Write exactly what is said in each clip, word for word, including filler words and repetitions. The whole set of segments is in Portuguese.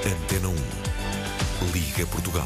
Antena um. Liga Portugal.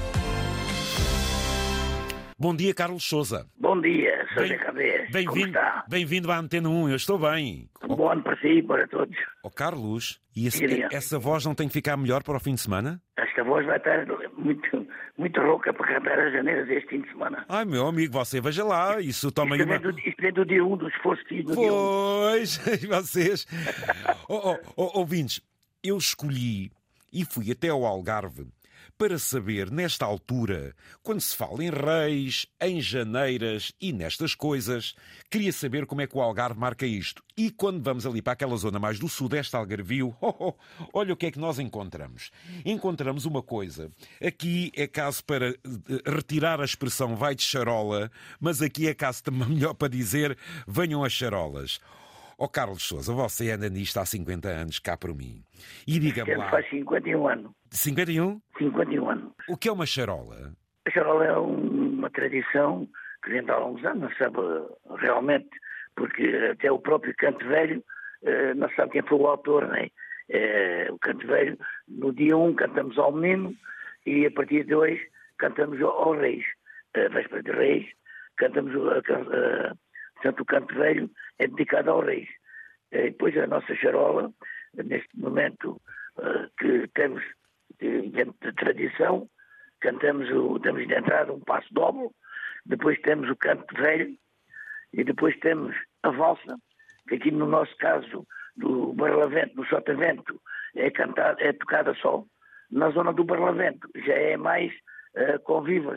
Bom dia, Carlos Sousa. Bom dia, Sr. Bem- José Cabez. Bem-vindo, Como está? bem-vindo à Antena um, eu estou bem. Um bom ano para si e para todos. Ó Carlos, e esse- Diga. essa voz não tem que ficar melhor para o fim de semana? Esta voz vai estar muito, muito rouca para cantar as janeiras este fim de semana. Ai, meu amigo, você veja lá, isso toma aí Isto uma... vem do, isto vem do dia um, do esforço que fiz no dia um. Pois, vocês... oh, oh, oh, ouvintes, eu escolhi e fui até ao Algarve para saber, nesta altura, quando se fala em reis, em janeiras e nestas coisas, queria saber como é que o Algarve marca isto. E quando vamos ali para aquela zona mais do sudeste algarvio, oh, oh, olha o que é que nós encontramos. Encontramos uma coisa. Aqui é caso para eh, retirar a expressão vai de charola, mas aqui é caso também melhor para dizer venham as charolas. Ó Carlos Sousa, você anda nisto há cinquenta anos, cá por mim. E diga-me Este lá... faz cinquenta e um anos. cinquenta e um? cinquenta e um anos. O que é uma charola? A charola é um- uma tradição que vem de há alguns anos, não se sabe realmente, porque até o próprio Canto Velho eh, não se sabe quem foi o autor, né? Eh, o Canto Velho, no dia um cantamos ao menino e a partir de dois cantamos ao, ao reis. A véspera de reis, cantamos o- a, can- a, portanto o Canto Velho é dedicado ao reis. Eh, depois a nossa charola, neste momento eh, que temos de, de tradição, cantamos o, temos de entrada um passo doble, depois temos o canto velho e depois temos a valsa, que aqui no nosso caso do Barlavento, do Sotavento, é, cantada, é tocada só. Na zona do Barlavento já é mais uh, com vivas.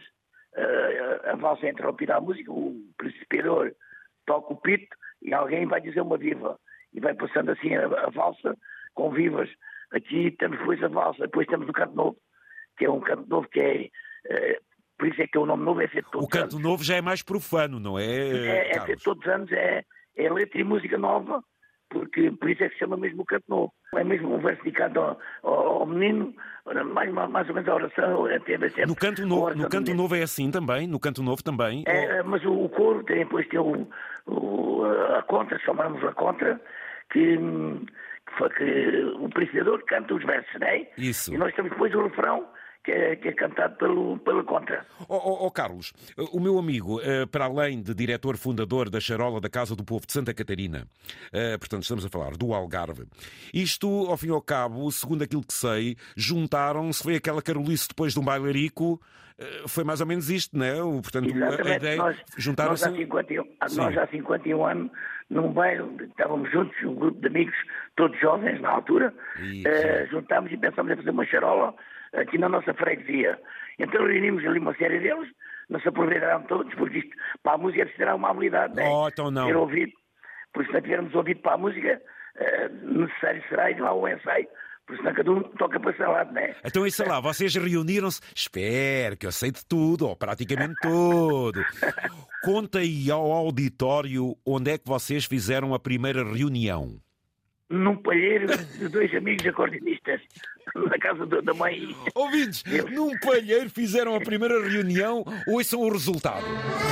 Uh, a valsa é interrompida à música, o principiador toca o pito e alguém vai dizer uma viva. E vai passando assim a, a valsa com vivas. Aqui temos depois a valsa, depois temos o canto novo, que é um canto novo que é... eh, por isso é que o nome novo é feito todos O canto os anos. novo já é mais profano, não é, É, é Carlos? feito todos os anos, é, é letra e música nova, porque por isso é que se chama mesmo o canto novo. É mesmo um verso dedicado ao, ao, ao menino, mais, mais ou menos a oração. É, tem sempre No canto, a no, oração no do canto menino. novo é assim também? No canto novo também? É, mas o, o coro tem, depois tem o, o, a contra, chamamos a contra, que, que, foi que o principiador canta os versos, não é? Isso. E nós temos depois o refrão, que é, que é cantado pelo, pela contra. Ó oh, oh, Carlos, o meu amigo, eh, para além de diretor fundador da Charola da Casa do Povo de Santa Catarina, eh, portanto estamos a falar do Algarve, isto, ao fim e ao cabo, segundo aquilo que sei, juntaram-se, foi aquela carolice depois de um bailarico, eh, foi mais ou menos isto, não é? O- Portanto, a- a Exatamente. ideia, Nós, juntaram-se... nós, há cinquenta, e um Sim. nós há cinquenta e um anos, num bairro, estávamos juntos, um grupo de amigos, todos jovens na altura, Isso. eh, juntámos e pensámos em fazer uma charola aqui na nossa freguesia. Então reunimos ali uma série deles, não se aproveitaram todos, porque isto, para a música é preciso ter uma habilidade, né? Oh, então não. Ter ouvido. Por isso, se não tivermos ouvido para a música, eh, necessário será ir lá ao ensaio, porque senão cada um toca para o seu lado, né? Então, isso lá, vocês reuniram-se... Espera, que eu sei de tudo, ou praticamente tudo. Conta aí ao auditório onde é que vocês fizeram a primeira reunião. Num palheiro de dois amigos acordeonistas, na casa do- da mãe. Ouvintes, num palheiro fizeram a primeira reunião, ouçam o resultado.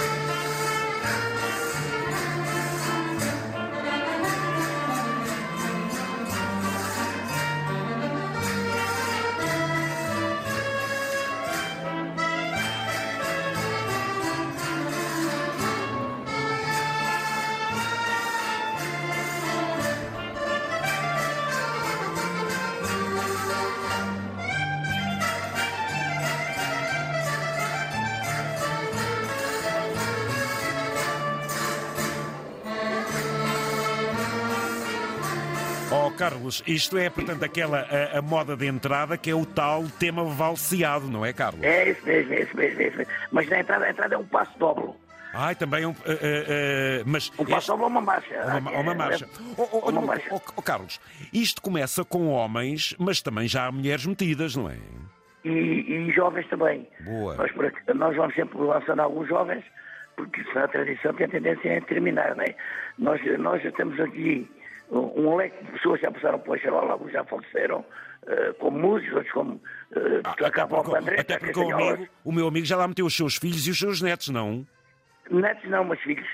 Oh, Carlos, isto é, portanto, aquela a, a moda de entrada que é o tal tema valseado, não é, Carlos? É isso mesmo, é isso mesmo, é isso mesmo. Mas na entrada, a entrada é um passo doble. Ai, também é um... eh, eh, eh, mas Um passo doble é uma marcha. Uma, ma- uma É, marcha. é, Oh, oh, uma oh, marcha. oh, oh, Carlos, isto começa com homens, mas também já há mulheres metidas, não é? E, e jovens também. Boa. Nós, por aqui- nós vamos sempre lançando alguns jovens, porque senão a tradição tem a tendência a terminar, não é? Nós, nós já temos aqui um, um leque de pessoas que já passaram pela charola, alguns já faleceram, eh, como músicos, outros como uh, Ah, até tocavam porque, pandeireta, até porque o, amigo, o meu amigo já lá meteu os seus filhos e os seus netos, não? Netos não, mas filhos.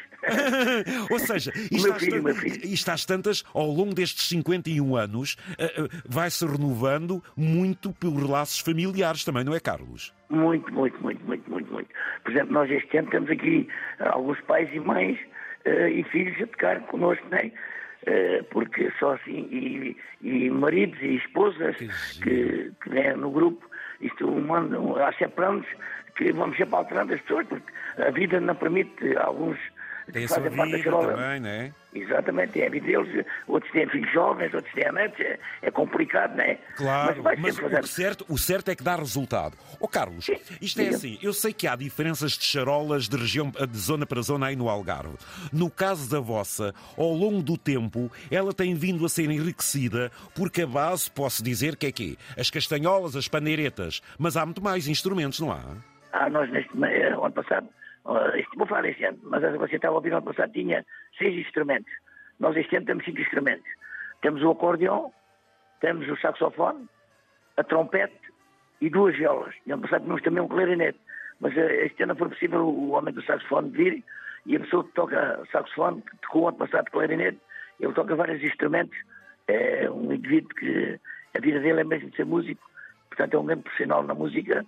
Ou seja, O isto meu às, filho, tan- o meu filho. isto às tantas, ao longo destes cinquenta e um anos, uh, uh, vai-se renovando muito pelos laços familiares também, não é, Carlos? Muito, muito, muito, muito, muito, muito. Por exemplo, nós este ano temos aqui ah, alguns pais e mães ah, e filhos a tocar connosco, não é? Ah, porque só assim, e, e maridos e esposas Que que, que vêm no grupo, isto mandam, há sempre anos que vamos sempre alterando as pessoas, porque a vida não permite alguns Tem que a sua fazem parte da vida charola. também, não é? Exatamente, é a vida deles, outros têm filhos jovens, outros têm netos, é, é complicado, não é? Claro, vai mas, sempre o, fazendo. que certo, o certo é que dá resultado. Ó Carlos, Sim, isto é diga. assim, eu sei que há diferenças de charolas de região, de zona para zona aí no Algarve. No caso da vossa, ao longo do tempo, ela tem vindo a ser enriquecida porque a base, posso dizer que é quê? As castanholas, as paneiretas, mas há muito mais instrumentos, não há? Ah, nós neste eh, ano passado, uh, isto, vou falar este ano, mas você estava a ouvir, no ano passado tinha seis instrumentos. Nós este ano temos cinco instrumentos. Temos o acordeão, temos o saxofone, a trompete e duas violas. E ano passado tínhamos também um clarinete. Mas uh, este ano não foi possível o homem do saxofone vir e a pessoa que toca saxofone, que tocou ano passado clarinete, ele toca vários instrumentos. É um indivíduo que a vida dele é mesmo de ser músico, portanto é um grande profissional na música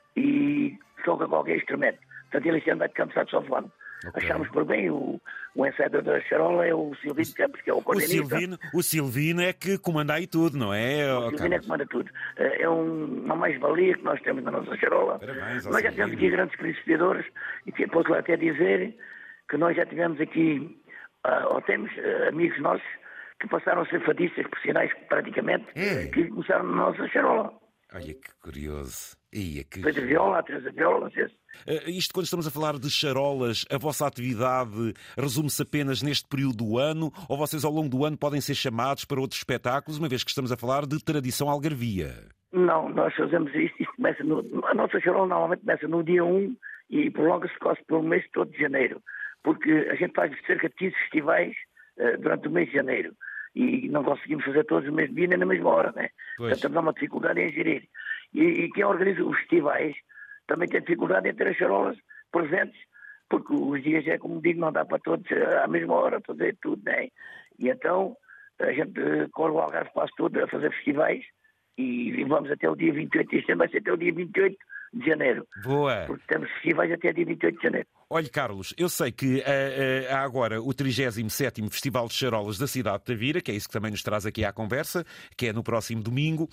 e toca qualquer instrumento. Portanto, ele este ano vai tocando saxofone. Ok. Achamos por bem, o, o ensaio da charola é o Silvino Campos, que é o O acordeonista. Silvino, o Silvino é que comanda aí tudo, não é, ó, O Silvino é que Carlos? manda tudo. Eh, É um- uma mais-valia que nós temos na nossa charola. Parabéns ao Nós já tivemos Silvino. aqui grandes principiadores e que posso lá até dizer que nós já tivemos aqui, ah, ou temos ah, amigos nossos que passaram a ser fadistas profissionais praticamente, É. que começaram na nossa charola. Olha que curioso. Ia, que Pedro giro. Viola, a Teresa Viola, não sei se... Eh, Isto, quando estamos a falar de charolas, a vossa atividade resume-se apenas neste período do ano ou vocês ao longo do ano podem ser chamados para outros espetáculos, uma vez que estamos a falar de tradição algarvia? Não, nós fazemos isto, isto começa no, a nossa charola normalmente começa no dia um e prolonga-se quase pelo mês todo de janeiro, porque a gente faz cerca de quinze festivais eh, durante o mês de janeiro e não conseguimos fazer todos no mesmo dia nem na mesma hora, né? Pois. Portanto, temos uma dificuldade em gerir. E, e quem organiza os festivais também tem dificuldade em ter as charolas presentes, porque os dias, é como digo, não dá para todos eh, à mesma hora fazer tudo, né? E então a gente eh, corre o Algarve quase todo a fazer festivais e vamos até o dia vinte e oito, este ano vai ser até o dia vinte e oito de janeiro, Boa! porque temos festivais até dia vinte e oito de janeiro. Olhe, Carlos, eu sei que eh, eh, há agora o trigésimo sétimo Festival de Charolas da cidade de Tavira, que é isso que também nos traz aqui à conversa, que é no próximo domingo.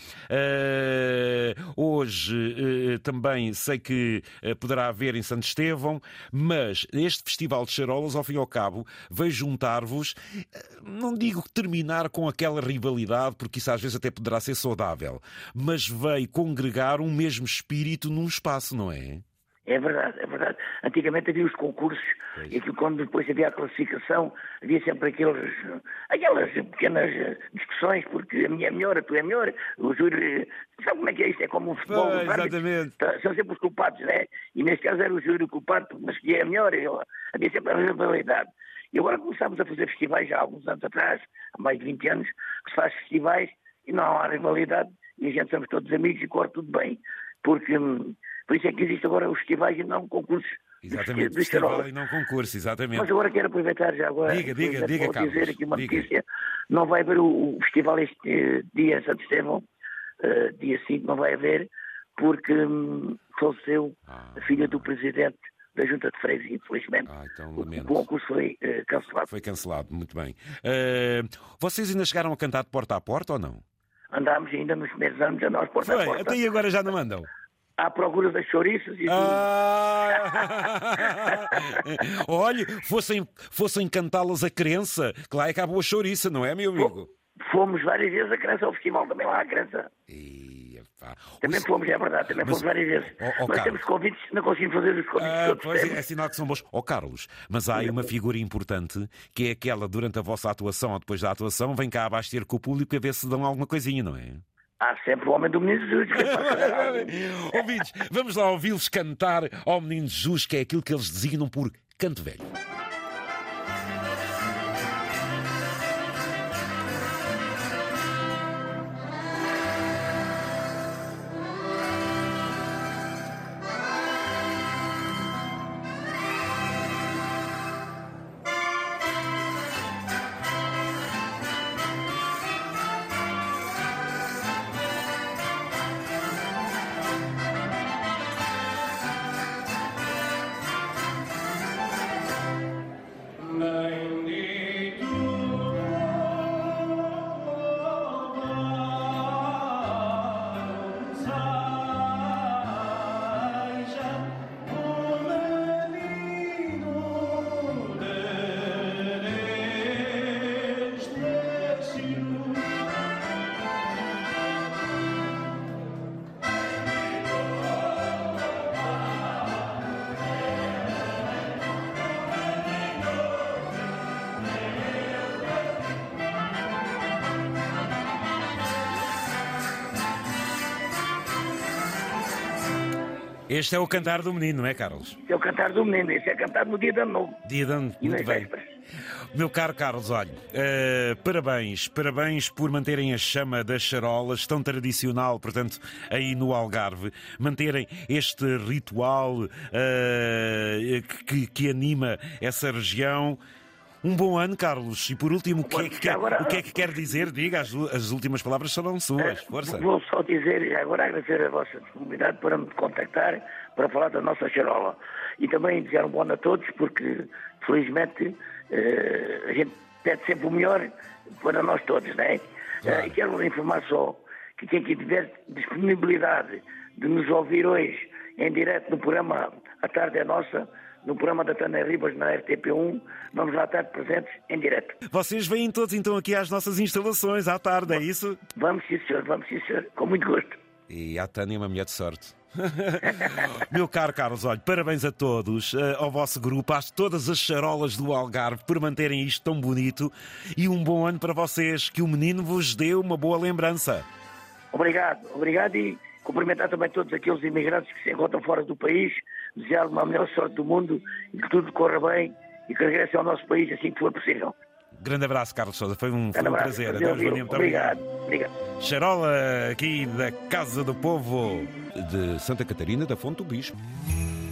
Eh, hoje eh, também sei que eh, poderá haver em Santo Estevão, mas este Festival de Charolas, ao fim e ao cabo, veio juntar-vos, eh, não digo terminar com aquela rivalidade, porque isso às vezes até poderá ser saudável, mas veio congregar um mesmo espírito num espaço, não é? É verdade, é verdade. Antigamente havia os concursos Pois. e aquilo, quando depois havia a classificação, havia sempre aqueles, aquelas pequenas eh, discussões, porque a minha é melhor, a tua é melhor, o júri, sabe como é que é isto? É como um futebol. Pois, os árbitros, exatamente. tá, são sempre os culpados, né? E neste caso era o júri o culpado, mas que é a melhor, eu, havia sempre a rivalidade. E agora começámos a fazer festivais já há alguns anos atrás, há mais de vinte anos, que se faz festivais e não há rivalidade e a gente somos todos amigos e corre tudo bem, porque hum, por isso é que existe agora os festivais e não concursos. Exatamente, de festival charolas. e não concurso, exatamente. Mas agora quero aproveitar já agora. Diga, diga, diga, vou Carlos, dizer aqui uma diga. notícia. Não vai haver o, o festival este eh, dia em Santo Estevão, eh, dia cinco, não vai haver, porque hum, faleceu Ah. a filha do presidente da Junta de Freguesia, infelizmente. Ah, então O, o lamento. concurso foi eh, cancelado. Foi cancelado, muito bem. Eh, vocês ainda chegaram a cantar de porta a porta ou não? Andámos ainda nos primeiros anos a nós porta a Foi, porta, até e agora já não andam. à procura das chouriças e do... Ah! Olha, fossem, fossem cantá-las a crença, que lá acabou a chouriça, não é, meu amigo? Fomos várias vezes a crença ao festival, também lá à crença. E, epá, Também o- fomos, é verdade, também Mas- fomos várias vezes. Ó, ó, Mas Carlos. temos convites, não conseguimos fazer os convites Ah, todos. pois é, temos. é sinal que são bons. Ó Carlos, mas há aí uma figura importante que é aquela durante a vossa atuação ou depois da atuação, vem cá abaixo ter com o público a ver se dão alguma coisinha, não é? Há sempre o homem do Menino Jesus. Que é para... Ouvintes, vamos lá ouvi-los cantar ao Menino Jesus, que é aquilo que eles designam por canto velho. Este é o cantar do menino, não é, Carlos? Este é o cantar do menino, este é cantado no dia de ano novo. Dia de ano, E nas muito bem. vésperas. Meu caro Carlos, olha, uh, parabéns, parabéns por manterem a chama das charolas, tão tradicional, portanto, aí no Algarve, manterem este ritual uh, que, que anima essa região. Um bom ano, Carlos. E por último, o que é que quer, o que é que quer dizer? Diga, as, as últimas palavras serão suas. Força. Vou só dizer, agora agradecer a vossa disponibilidade para me contactar para falar da nossa charola. E também dizer um bom ano a todos, porque felizmente Uh, a gente pede sempre o melhor para nós todos, não é? Claro. Uh, e quero informar só que quem tiver disponibilidade de nos ouvir hoje em direto no programa A Tarde é Nossa, no programa da Tânia Ribas na R T P um, vamos lá estar presentes em direto. Vocês vêm todos então aqui às nossas instalações à tarde, é isso? Vamos sim, senhor, vamos sim, senhor, com muito gosto. E a Tânia é uma mulher de sorte. Meu caro Carlos, olha, parabéns a todos, uh, ao vosso grupo, a todas as charolas do Algarve por manterem isto tão bonito e um bom ano para vocês, que o menino vos dê uma boa lembrança. Obrigado, obrigado e cumprimentar também todos aqueles imigrantes que se encontram fora do país, desejar uma melhor sorte do mundo e que tudo corra bem e que regressem ao nosso país assim que for possível. Grande abraço, Carlos Sousa, foi um, foi um prazer. Adeus, bom dia, muito obrigado. obrigado. Charola aqui da Casa do Povo de Santa Catarina da Fonte do Bispo.